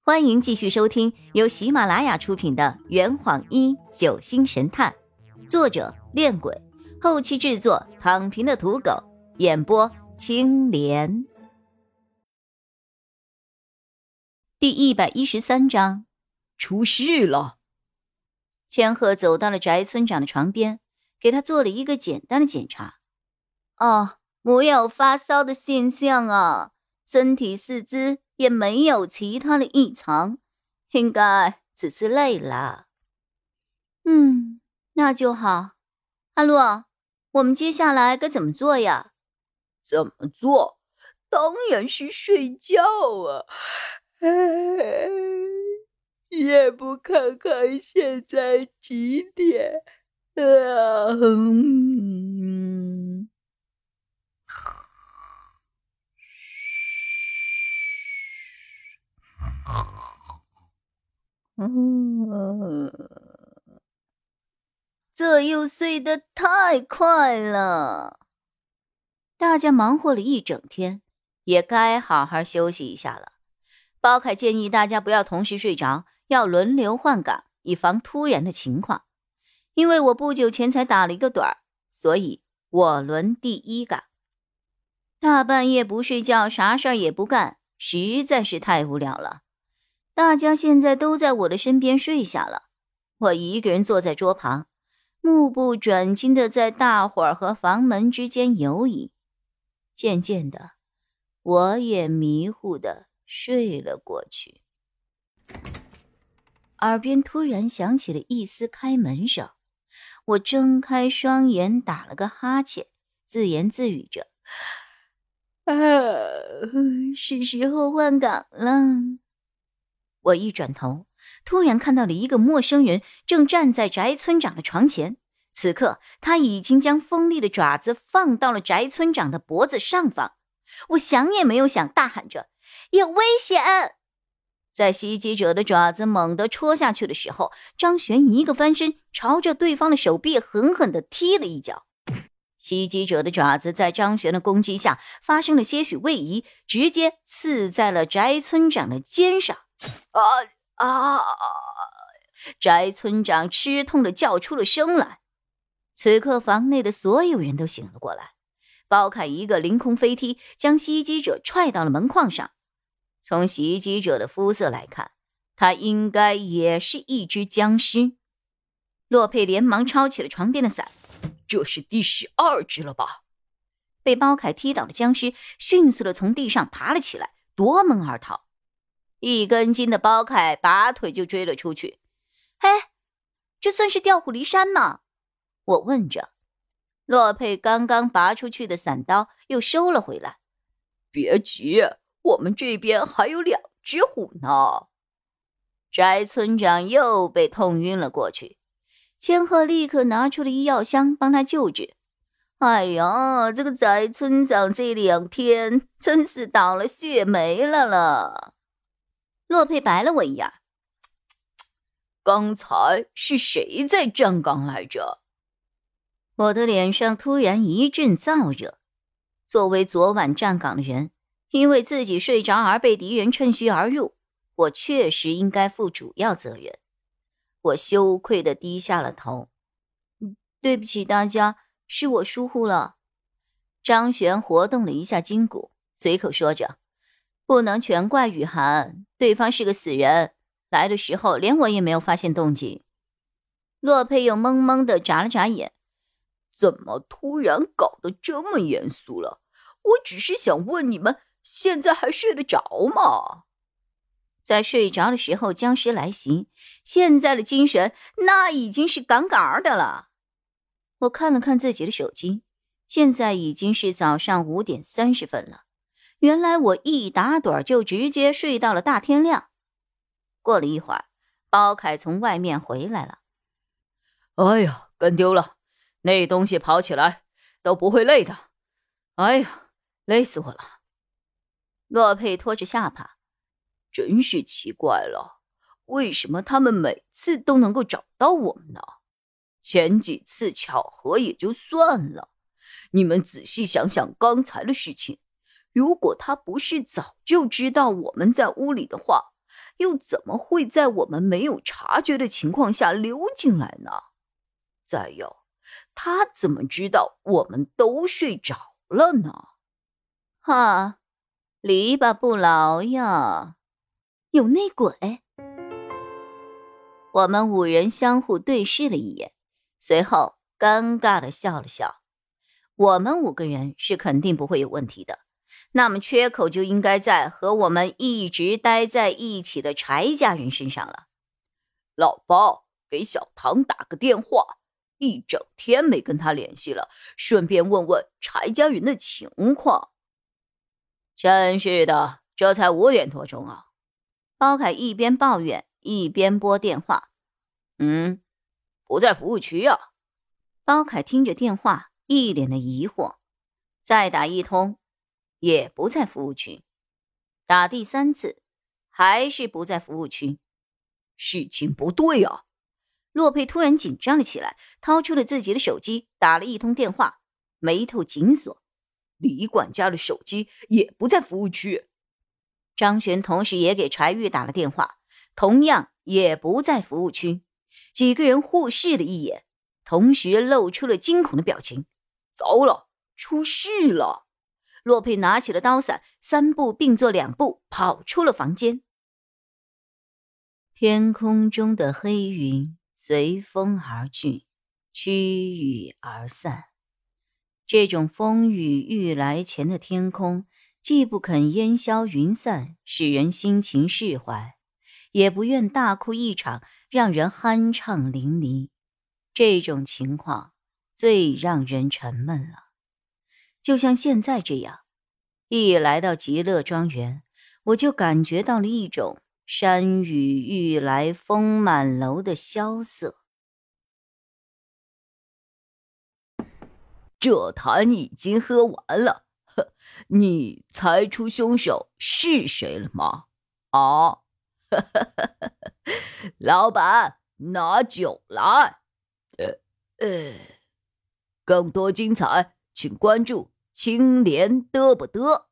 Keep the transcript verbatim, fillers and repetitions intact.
欢迎继续收听由喜马拉雅出品的《圆谎一九星神探》，作者恋鬼，后期制作躺平的土狗，演播青莲。第一百一十三章，出事了。千鹤走到了翟村长的床边，给他做了一个简单的检查。哦，没有发烧的现象啊，身体四肢也没有其他的异常，应该只是累了。嗯，那就好。阿洛，我们接下来该怎么做呀？ 怎么做？当然是睡觉啊！哎，也不看看现在几点啊？嗯嗯，这又睡得太快了。大家忙活了一整天，也该好好休息一下了。包凯建议大家不要同时睡着，要轮流换岗，以防突然的情况。因为我不久前才打了一个盹儿，所以我轮第一岗。大半夜不睡觉，啥事儿也不干，实在是太无聊了。大家现在都在我的身边睡下了，我一个人坐在桌旁，目不转睛地在大伙儿和房门之间游移。渐渐的，我也迷糊地睡了过去。耳边突然响起了一丝开门声，我睁开双眼，打了个哈欠，自言自语着：啊，是时候换岗了。我一转头，突然看到了一个陌生人正站在翟村长的床前。此刻他已经将锋利的爪子放到了翟村长的脖子上方。我想也没有想，大喊着：有危险！在袭击者的爪子猛地戳下去的时候，张璇一个翻身，朝着对方的手臂狠狠地踢了一脚。袭击者的爪子在张璇的攻击下发生了些许位移，直接刺在了翟村长的肩上。啊啊！翟村长吃痛地叫出了声来。此刻房内的所有人都醒了过来，包凯一个凌空飞踢，将袭击者踹到了门框上。从袭击者的肤色来看，他应该也是一只僵尸。洛佩连忙抄起了床边的伞， 这是第十二只了吧？ 被包凯踢倒的僵尸迅速地从地上爬了起来，夺门而逃。一根筋的包凯拔腿就追了出去。嘿，这算是调虎离山吗？我问着。洛佩刚刚拔出去的伞刀又收了回来。 别急，我们这边还有两只虎呢。 翟村长又被痛晕了过去。千鹤立刻拿出了医药箱帮他救治。哎呀，这个翟村长这两天真是倒了血霉了了。洛佩白了我一眼。 刚才是谁在站岗来着？ 我的脸上突然一阵燥热。作为昨晚站岗的人，因为自己睡着而被敌人趁虚而入，我确实应该负主要责任。我羞愧地低下了头。对不起大家，是我疏忽了。张璇活动了一下筋骨，随口说着：不能全怪雨涵，对方是个死人，来的时候连我也没有发现动静。洛佩又懵懵地眨了眨眼。 怎么突然搞得这么严肃了？我只是想问你们，现在还睡得着吗？ 在睡着的时候僵尸来袭，现在的精神那已经是杠杠的了。我看了看自己的手机，现在已经是早上五点三十分了。原来我一打盹就直接睡到了大天亮。过了一会儿，包凯从外面回来了。 哎呀，跟丢了，那东西跑起来都不会累的。哎呀，累死我了。 洛佩拖着下巴， 真是奇怪了，为什么他们每次都能够找到我们呢？前几次巧合也就算了，你们仔细想想刚才的事情，如果他不是早就知道我们在屋里的话， 又怎么会在我们没有察觉的情况下溜进来呢？再有，他怎么知道我们都睡着了呢？ 哈，篱笆不牢呀，有内鬼。我们五人相互对视了一眼，随后尴尬地笑了笑。我们五个人是肯定不会有问题的，那么缺口就应该在和我们一直待在一起的柴家人身上了。 老包，给小唐打个电话，一整天没跟他联系了，顺便问问柴家人的情况。真是的，这才五点多钟啊。 包凯一边抱怨一边拨电话。 嗯，不在服务区啊。 包凯听着电话，一脸的疑惑。再打一通，也不在服务区。打第三次，还是不在服务区。 事情不对啊！ 洛佩突然紧张了起来，掏出了自己的手机，打了一通电话，眉头紧锁。 李管家的手机也不在服务区。 张璇同时也给柴玉打了电话，同样也不在服务区。几个人互视了一眼，同时露出了惊恐的表情。 糟了，出事了！ 洛佩拿起了刀伞，三步并作两步跑出了房间。天空中的黑云随风而聚，趋雨而散。这种风雨欲来前的天空，既不肯烟消云散，使人心情释怀，也不愿大哭一场，让人酣畅淋漓。这种情况最让人沉闷了。就像现在这样，一来到极乐庄园，我就感觉到了一种山雨欲来风满楼的萧瑟。 这坛已经喝完了，呵，你猜出凶手是谁了吗？啊，老板，拿酒来。呃呃，更多精彩，请关注青莲嘚不嘚。